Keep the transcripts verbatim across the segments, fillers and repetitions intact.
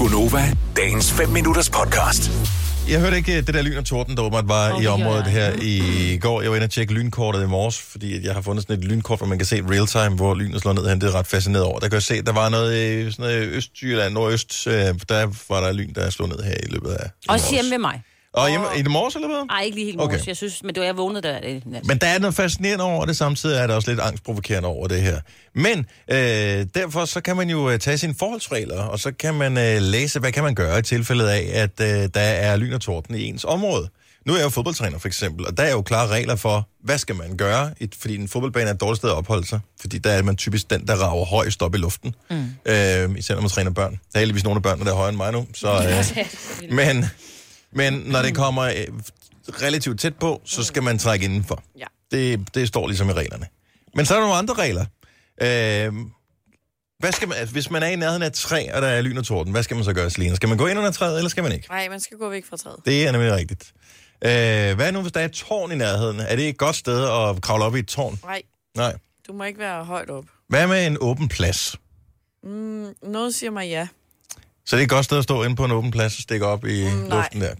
Gunova, dagens fem minutters podcast. Jeg hørte ikke det der lyn og torden, der åbenbart var oh, i området her i går. Jeg var inde og tjekke lynkortet i morges, fordi jeg har fundet sådan et lynkort, hvor man kan se real-time, hvor lynet slår ned hen. Det er ret fascineret over. Der kan jeg se, at der var noget i sådan noget Østjylland, Nordøst. Der var der lyn, der slog ned her i løbet af også hjemme ved mig. Og hjemme, i det morges, eller hvad? Nej, ikke lige helt morges. Okay. Jeg synes, men det var jeg vågnede der. Øh, men der er noget fascinerende over det, samtidig er der også lidt angstprovokerende over det her. Men øh, derfor så kan man jo tage sine forholdsregler, og så kan man øh, læse, hvad kan man gøre i tilfældet af, at øh, der er lyn og torden i ens område. Nu er jeg jo fodboldtræner for eksempel, og der er jo klare regler for, hvad skal man gøre, fordi en fodboldbane er et dårligt sted at opholde sig, fordi der er man typisk den, der rager højst op i luften, mm. øh, især når man træner børn. Der er heldigvis nogle af børnene, der er højere end mig nu, så... Øh, men... Men når det kommer øh, relativt tæt på, så skal man trække indenfor. Ja. Det, det står ligesom i reglerne. Men så er der nogle andre regler. Øh, hvad skal man, hvis man er i nærheden af et træ, og der er lyn og torden, hvad skal man så gøre, Selina? Skal man gå ind under træet, eller skal man ikke? Nej, man skal gå væk fra træet. Det er nemlig rigtigt. Øh, hvad nu, hvis der er et tårn i nærheden? Er det et godt sted at kravle op i et tårn? Nej. Nej. Du må ikke være højt op. Hvad med en åben plads? Mm, noget siger mig ja. Så det er et godt sted at stå inde på en åben plads og stikke op i mm, luften der.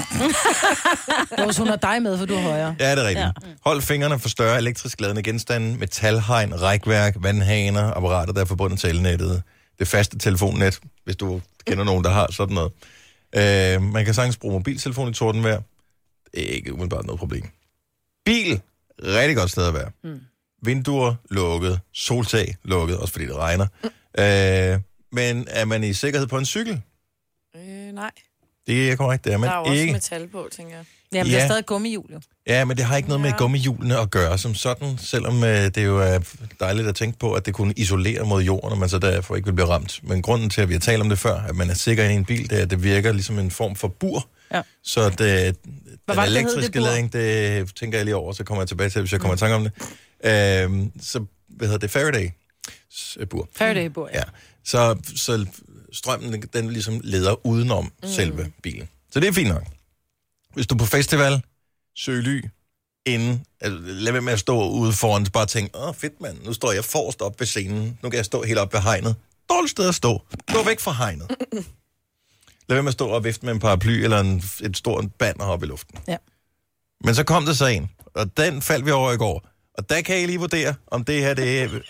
Hvis hun har dig med, for du er højere. Ja, det er rigtigt. Ja. Hold fingrene for større elektrisk ladende genstande, metalhegn, rækværk, vandhaner, apparater, der er forbundet til elnettet. Det faste telefonnet, hvis du kender nogen, der har sådan noget. Øh, man kan sagtens bruge mobiltelefon i tordenvejr. Det er ikke umiddelbart noget problem. Bil, rigtig godt sted at være. Mm. Vinduer lukket, soltag lukket, også fordi det regner. Mm. Øh, Men er man i sikkerhed på en cykel? Øh, nej. Det er korrekt, det er man ikke. Der er ikke. også metal på, tænker jeg. Jamen, ja. Der er stadig gummihjul, jo. Ja, men det har ikke noget med ja. gummihjulene at gøre som sådan, selvom øh, det jo er dejligt at tænke på, at det kunne isolere mod jorden, og man så derfor ikke vil blive ramt. Men grunden til, at vi har talt om det før, at man er sikker i en bil, det er, at det virker ligesom en form for bur. Ja. Så det, den elektriske ladning, det tænker jeg lige over, så kommer jeg tilbage til, hvis jeg kommer mm. i tanke om det. Øh, så, hvad hedder det, Faraday-bur. Faraday-bur, ja. ja. Så, så strømmen, den ligesom leder udenom mm. selve bilen. Så det er fint nok. Hvis du er på festival, søg ly, inden, altså, lad være med at stå ude foran, bare tænke, åh fedt mand, nu står jeg forrest op ved scenen, nu kan jeg stå helt op ved hegnet. Dårligt sted at stå. Gå væk fra hegnet. Lad være med at stå og vifte med en paraply eller en, et stort banner op i luften. Ja. Men så kom der så en, og den faldt vi over i går. Og der kan I lige vurdere, om det her, det er...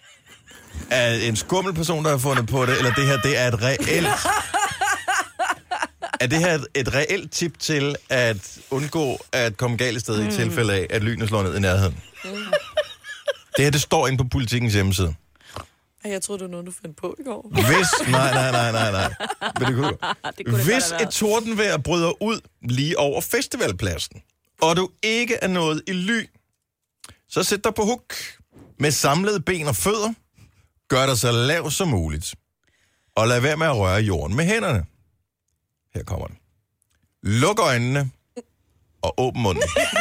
er en skummel person, der har fundet på det, eller det her, det er et reelt... Er det her et reelt tip til at undgå at komme galt i sted mm. i tilfælde af, at lynet slår ned i nærheden? Mm. Det her, det står inde på Politikens hjemmeside. Jeg troede, det var noget, du fandt på i går. Hvis... Nej, nej, nej, nej, nej. Men det kunne, det kunne Hvis det et tordenvejr bryder ud lige over festivalpladsen, og du ikke er nået i ly, så sæt dig på huk med samlede ben og fødder. Gør dig så lav som muligt. Og lad være med at røre jorden med hænderne. Her kommer den. Luk øjnene og åbn munden.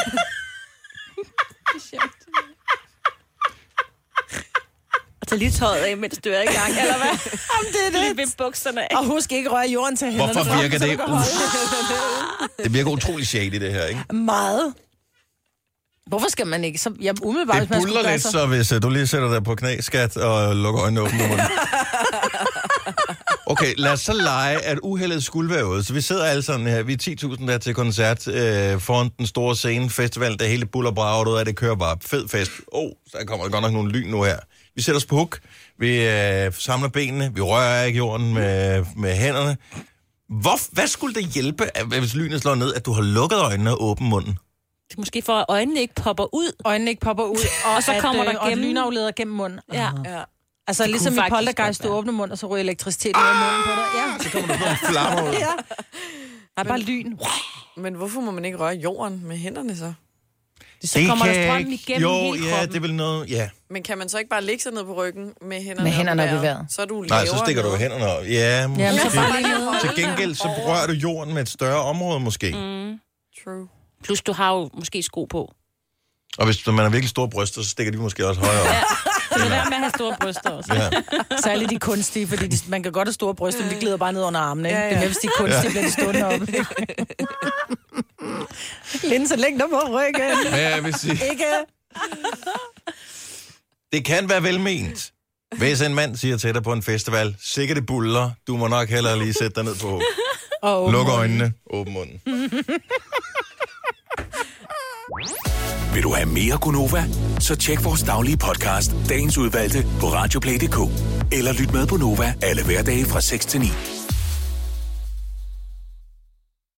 Og tag lige tøjet af, mens du er i gang, eller hvad? Om det er det. Lige ved bukserne af. Og husk ikke røre jorden til hænderne. Hvorfor virker det? Det virker utrolig shady, det her, ikke? Meget. Hvorfor skal man ikke? Så, jeg umiddelbart, det buller lidt, så... så hvis uh, du lige sætter dig på knæ, skat, og lukker øjnene åbne i munden. Okay, lad os så lege, at uheldet skulle være ude. Så vi sidder alle sammen her, vi er ti tusind der til koncert øh, foran den store scene, festival, der hele buller braget ud af, det kører bare. Fed fest. Åh, oh, så kommer der godt nok nogle lyn nu her. Vi sætter os på huk, vi øh, samler benene, vi rører ikke jorden med, med hænderne. Hvor, hvad skulle det hjælpe, hvis lynet slår ned, at du har lukket øjnene og åbent munden? Det er måske for, at øjnene ikke popper ud. Øjnene ikke popper ud, og, og så at, kommer der øh, gennem... og lynafleder gennem munden. Ja. ja. Altså det ligesom i Poltergeist, du åbner munden, og så ryger elektricitet ud af munden på dig. Ja. Så kommer der sådan en flammer ud. Ja. Der er bare lyn. Men hvorfor må man ikke røre jorden med hænderne så? Det, så det kommer der strøm igennem jo, hele kroppen. Ja, det er vel noget, ja. Men kan man så ikke bare lægge sig ned på ryggen med hænderne med hænderne op i vejret? Så er du Nej, så stikker du hænderne op. Ja, måske. Jamen, så bare lige til gengæld, så rører du jorden med et større område, måske. Mm. True. Plus, du har jo måske sko på. Og hvis man har virkelig store bryster, så stikker de måske også højere op. Ja, så det er med at have store bryster også. Ja. Særligt de kunstige, fordi de, man kan godt have store bryster, men de glider bare ned under armene. Ikke? Ja, ja. Det er med, hvis de kunstige ja. bliver de stående op. Linse, læg dig på ryggen. Ja, jeg vil sige. Ikke? Det kan være velment, Hvis en mand siger til dig på en festival, sikkert det buller, du må nok hellere lige sætte dig ned på. Og luk øjnene, åbn munden. Vil du have mere Gunova? Så tjek vores daglige podcast, dagens udvalgte, på radioplay punktum d k. Eller lyt med på Nova alle hverdage fra seks til ni.